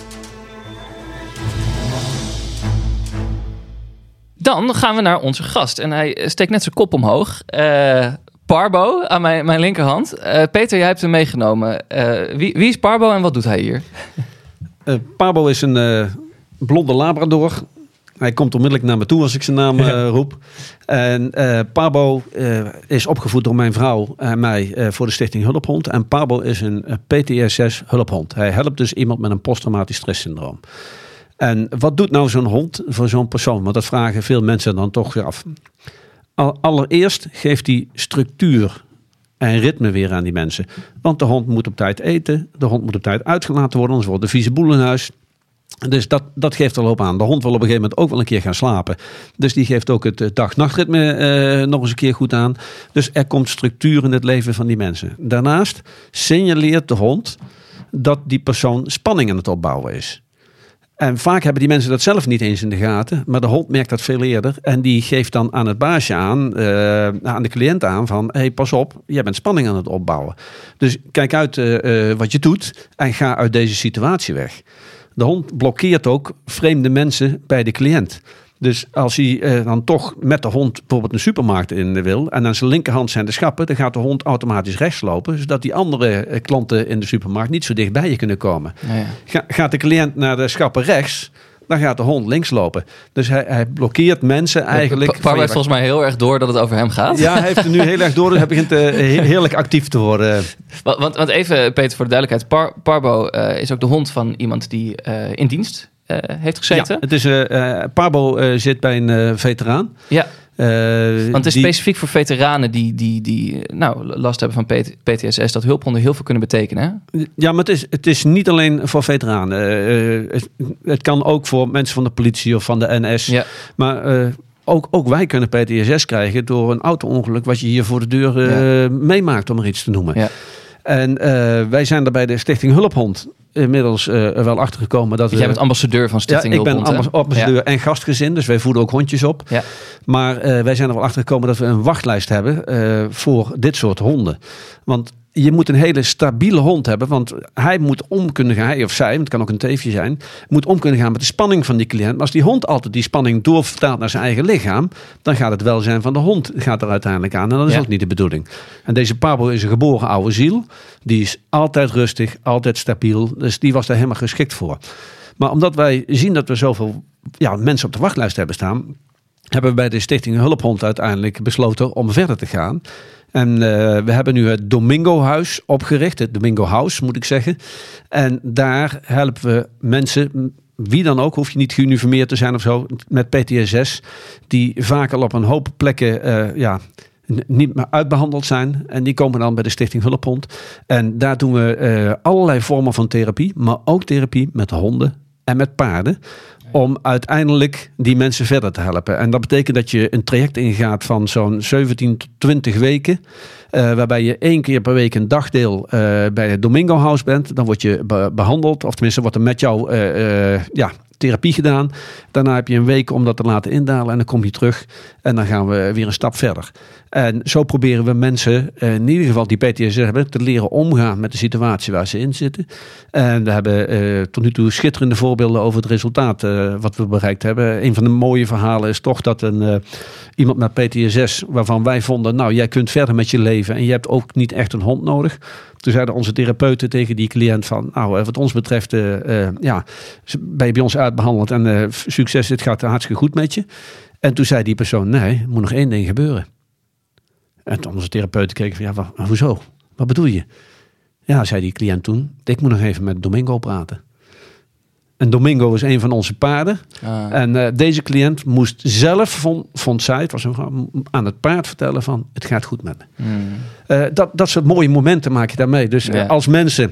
Dan gaan we naar onze gast. En hij steekt net zijn kop omhoog. Uh, Parbo aan mijn, mijn linkerhand. Uh, Peter, jij hebt hem meegenomen. Uh, wie, wie is Parbo en wat doet hij hier? Uh, Parbo is een uh, blonde Labrador. Hij komt onmiddellijk naar me toe als ik zijn naam uh, roep. En uh, Parbo uh, is opgevoed door mijn vrouw en mij uh, voor de stichting Hulphond. En Parbo is een uh, P T S S hulphond. Hij helpt dus iemand met een posttraumatisch stresssyndroom. En wat doet nou zo'n hond voor zo'n persoon? Want dat vragen veel mensen dan toch af. Allereerst geeft hij structuur en ritme weer aan die mensen. Want de hond moet op tijd eten. De hond moet op tijd uitgelaten worden. Anders wordt de vieze boel in huis. Dus dat, dat geeft er al op aan. De hond wil op een gegeven moment ook wel een keer gaan slapen. Dus die geeft ook het dag-nachtritme uh, nog eens een keer goed aan. Dus er komt structuur in het leven van die mensen. Daarnaast signaleert de hond dat die persoon spanning aan het opbouwen is. En vaak hebben die mensen dat zelf niet eens in de gaten. Maar de hond merkt dat veel eerder. En die geeft dan aan het baasje aan, uh, aan de cliënt aan van, hey, pas op, jij bent spanning aan het opbouwen. Dus kijk uit uh, uh, wat je doet en ga uit deze situatie weg. De hond blokkeert ook vreemde mensen bij de cliënt. Dus als hij uh, dan toch met de hond bijvoorbeeld een supermarkt in wil en aan zijn linkerhand zijn de schappen, dan gaat de hond automatisch rechts lopen, zodat die andere uh, klanten in de supermarkt niet zo dicht bij je kunnen komen. Nou ja. Ga, gaat de cliënt naar de schappen rechts, dan gaat de hond links lopen. Dus hij, hij blokkeert mensen eigenlijk. Pa- Parbo heeft volgens mij heel erg door dat het over hem gaat. Ja, hij heeft er nu heel erg door. Dus hij begint uh, heerlijk actief te worden. Want, want, want even, Peter, voor de duidelijkheid. Par, Parbo uh, is ook de hond van iemand die uh, in dienst uh, heeft gezeten. Ja, het is, uh, uh, Parbo uh, zit bij een uh, veteraan. Ja. Uh, Want het is die... specifiek voor veteranen die, die, die nou, last hebben van P T S S... dat hulphonden heel veel kunnen betekenen. Hè? Ja, maar het is, het is niet alleen voor veteranen. Uh, het, het kan ook voor mensen van de politie of van de N S. Ja. Maar uh, ook, ook wij kunnen P T S S krijgen door een auto-ongeluk... wat je hier voor de deur uh, ja. meemaakt, om er iets te noemen. Ja. En uh, wij zijn er bij de Stichting Hulphond inmiddels uh, er wel achter gekomen dat we... Jij bent ambassadeur van Stichting ja, ik Hulphond. Ik ben ambassadeur ja. en gastgezin, dus wij voeden ook hondjes op. Ja. Maar uh, wij zijn er wel achter gekomen dat we een wachtlijst hebben uh, voor dit soort honden. Want je moet een hele stabiele hond hebben, want hij moet om kunnen gaan, hij of zij, want het kan ook een teefje zijn, moet om kunnen gaan met de spanning van die cliënt. Maar als die hond altijd die spanning doorvertaalt naar zijn eigen lichaam, dan gaat het welzijn van de hond gaat er uiteindelijk aan. En dat is ja. ook niet de bedoeling. En deze Parbo is een geboren oude ziel. Die is altijd rustig, altijd stabiel. Dus die was daar helemaal geschikt voor. Maar omdat wij zien dat we zoveel ja, mensen op de wachtlijst hebben staan, hebben we bij de Stichting Hulphond uiteindelijk besloten om verder te gaan. En uh, we hebben nu het Domingo Huis opgericht. Het Domingo House, moet ik zeggen. En daar helpen we mensen, wie dan ook, hoef je niet geuniformeerd te zijn of zo, met P T S S, die vaak al op een hoop plekken uh, ja, niet meer uitbehandeld zijn. En die komen dan bij de Stichting Hulphond. En daar doen we uh, allerlei vormen van therapie, maar ook therapie met honden en met paarden. om uiteindelijk die mensen verder te helpen. En dat betekent dat je een traject ingaat van zo'n zeventien tot twintig weken. Uh, waarbij je één keer per week een dagdeel uh, bij het Domingo House bent. Dan word je be- behandeld. Of tenminste wordt er met jou uh, uh, ja, therapie gedaan. Daarna heb je een week om dat te laten indalen. En dan kom je terug. En dan gaan we weer een stap verder. En zo proberen we mensen, uh, in ieder geval die P T S S hebben, te leren omgaan met de situatie waar ze in zitten. En we hebben uh, tot nu toe schitterende voorbeelden over het resultaat uh, wat we bereikt hebben. Een van de mooie verhalen is toch dat een, uh, iemand met P T S S, waarvan wij vonden, nou, jij kunt verder met je leven en je hebt ook niet echt een hond nodig. Toen zeiden onze therapeuten tegen die cliënt van, nou, wat ons betreft, uh, uh, ja, ben je bij ons uitbehandeld en uh, succes, dit gaat hartstikke goed met je. En toen zei die persoon, nee, er moet nog één ding gebeuren. En toen onze therapeuten keken van, ja, wat, hoezo? Wat bedoel je? Ja, zei die cliënt toen, ik moet nog even met Domingo praten. En Domingo is een van onze paarden. Ah. En uh, deze cliënt moest zelf, vond, vond zij, het was een, aan het paard vertellen van, het gaat goed met me. Hmm. Uh, dat, dat soort mooie momenten maak je daarmee. Dus ja. uh, als mensen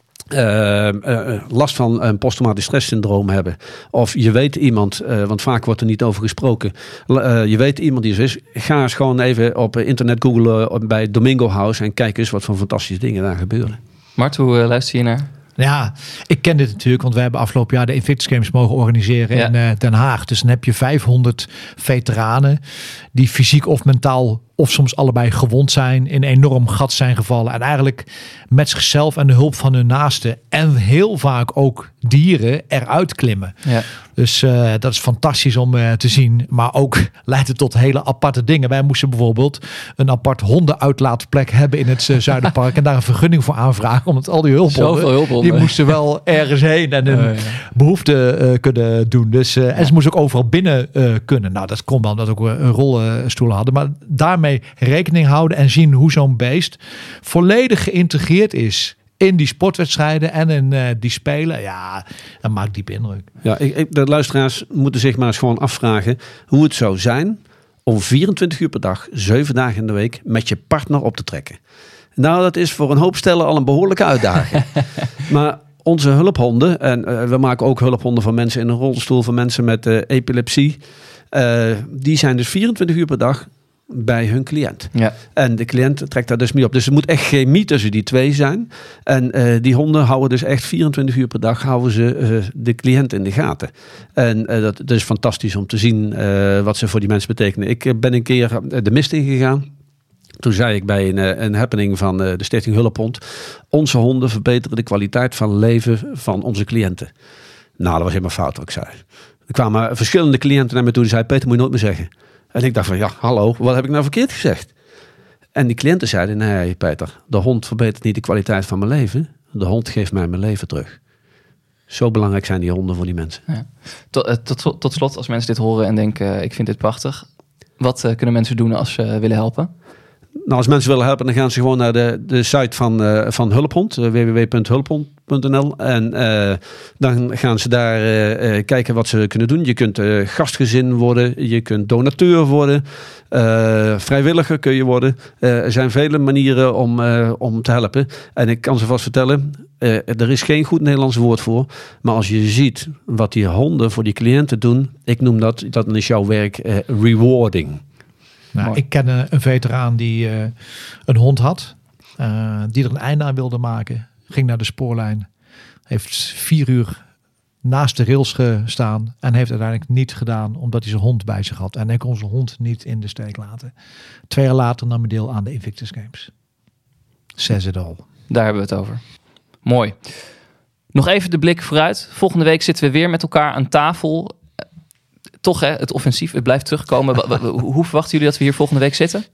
uh, uh, last van een posttraumatisch stresssyndroom hebben, of je weet iemand, uh, want vaak wordt er niet over gesproken, uh, je weet iemand die zo is, ga eens gewoon even op internet googlen bij Domingo House en kijk eens wat voor fantastische dingen daar gebeuren. Mart, hoe uh, luister je naar? Ja, ik ken dit natuurlijk, want we hebben afgelopen jaar de Invictus Games mogen organiseren ja. in uh, Den Haag. Dus dan heb je vijfhonderd veteranen die fysiek of mentaal of soms allebei gewond zijn, in een enorm gat zijn gevallen en eigenlijk met zichzelf en de hulp van hun naasten en heel vaak ook dieren eruit klimmen. Ja. Dus uh, dat is fantastisch om uh, te zien, maar ook leidt het tot hele aparte dingen. Wij moesten bijvoorbeeld een apart hondenuitlaatplek hebben in het uh, Zuiderpark en daar een vergunning voor aanvragen, omdat al die hulphonden, hulphonden. die moesten wel ergens heen en hun uh, ja. behoeften uh, kunnen doen. Dus, uh, ja. En ze moesten ook overal binnen uh, kunnen. Nou, dat kon wel omdat we ook een rolstoelen hadden, maar daarmee rekening houden en zien hoe zo'n beest volledig geïntegreerd is in die sportwedstrijden en in uh, die spelen. Ja, dat maakt diep indruk. Ja, ik, ik, de luisteraars moeten zich maar eens gewoon afvragen hoe het zou zijn om vierentwintig uur per dag, zeven dagen in de week met je partner op te trekken. Nou, dat is voor een hoop stellen al een behoorlijke uitdaging. Maar onze hulphonden, en uh, we maken ook hulphonden van mensen in een rolstoel, van mensen met uh, epilepsie, uh, die zijn dus vierentwintig uur per dag bij hun cliënt. Ja. En de cliënt trekt daar dus mee op. Dus er moet echt chemie tussen die twee zijn. En uh, die honden houden dus echt vierentwintig uur per dag houden ze uh, de cliënt in de gaten. En uh, dat, dat is fantastisch om te zien uh, wat ze voor die mensen betekenen. Ik uh, ben een keer de mist ingegaan. Toen zei ik bij een, een happening van uh, de Stichting Hulphond, onze honden verbeteren de kwaliteit van leven van onze cliënten. Nou, dat was helemaal fout wat ik zei. Er kwamen verschillende cliënten naar me toe die zeiden, Peter, moet je nooit meer zeggen. En ik dacht van, ja, hallo, wat heb ik nou verkeerd gezegd? En die cliënten zeiden, nee Peter, de hond verbetert niet de kwaliteit van mijn leven. De hond geeft mij mijn leven terug. Zo belangrijk zijn die honden voor die mensen. Ja. Tot, tot, tot slot, als mensen dit horen en denken, ik vind dit prachtig. Wat uh, kunnen mensen doen als ze uh, willen helpen? Nou, als mensen willen helpen, dan gaan ze gewoon naar de, de site van, uh, van Hulphond, uh, w w w punt hulphond punt n l. En uh, dan gaan ze daar uh, uh, kijken wat ze kunnen doen. Je kunt uh, gastgezin worden, je kunt donateur worden, uh, vrijwilliger kun je worden. Uh, er zijn vele manieren om, uh, om te helpen. En ik kan ze vast vertellen, uh, er is geen goed Nederlands woord voor. Maar als je ziet wat die honden voor die cliënten doen, ik noem dat, dat is jouw werk uh, rewarding. Nou, ik ken een, een veteraan die uh, een hond had, uh, die er een einde aan wilde maken. Ging naar de spoorlijn, heeft vier uur naast de rails gestaan en heeft uiteindelijk niet gedaan omdat hij zijn hond bij zich had. En hij kon zijn hond niet in de steek laten. Twee jaar later nam hij deel aan de Invictus Games. Says it all. Daar hebben we het over. Mooi. Nog even de blik vooruit. Volgende week zitten we weer met elkaar aan tafel. Toch, hè, het offensief, het blijft terugkomen. Hoe verwachten jullie dat we hier volgende week zitten?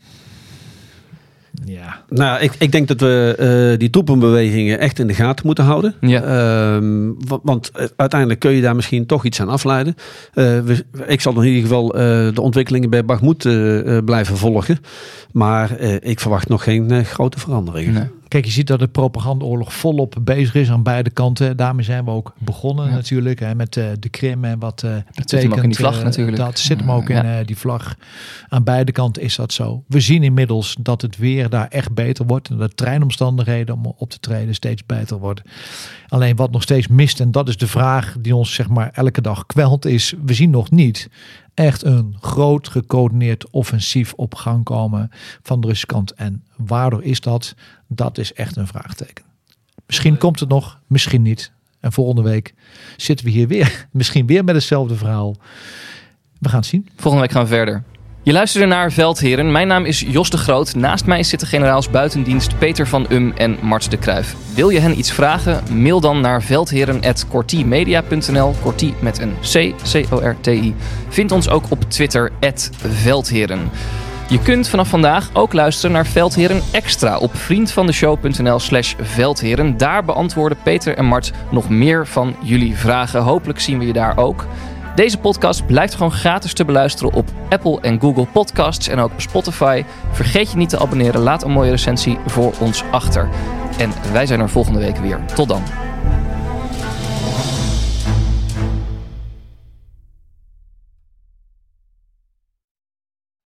Ja. Nou, ik, ik denk dat we uh, die troepenbewegingen echt in de gaten moeten houden. Ja. Um, want, want uiteindelijk kun je daar misschien toch iets aan afleiden. Uh, we, ik zal in ieder geval uh, de ontwikkelingen bij Bakhmut uh, uh, blijven volgen. Maar uh, ik verwacht nog geen uh, grote veranderingen. Nee. Kijk, je ziet dat de propagandaoorlog volop bezig is aan beide kanten. Daarmee zijn we ook begonnen ja. natuurlijk. Hè, met uh, de Krim en wat uh, betekent zit hem ook in die vlag uh, natuurlijk. Dat zit hem ook ja. in uh, die vlag. Aan beide kanten is dat zo. We zien inmiddels dat het weer daar echt beter wordt. En de treinomstandigheden om op te treden steeds beter worden. Alleen wat nog steeds mist, en dat is de vraag die ons zeg maar elke dag kwelt, is we zien nog niet echt een groot gecoördineerd offensief op gang komen van de Russische kant. En waardoor is dat? Dat is echt een vraagteken. Misschien komt het nog, misschien niet. En volgende week zitten we hier weer. Misschien weer met hetzelfde verhaal. We gaan het zien. Volgende week gaan we verder. Je luisterde naar Veldheren. Mijn naam is Jos de Groot. Naast mij zitten generaals buitendienst Peter van Um en Mart de Kruijf. Wil je hen iets vragen? Mail dan naar veldheren at cortiemedia punt n l. Cortie met een C, C O R T I. Vind ons ook op Twitter, at Veldheren. Je kunt vanaf vandaag ook luisteren naar Veldheren Extra op vriendvandeshow.nl slash Veldheren. Daar beantwoorden Peter en Mart nog meer van jullie vragen. Hopelijk zien we je daar ook. Deze podcast blijft gewoon gratis te beluisteren op Apple en Google Podcasts en ook op Spotify. Vergeet je niet te abonneren. Laat een mooie recensie voor ons achter. En wij zijn er volgende week weer. Tot dan.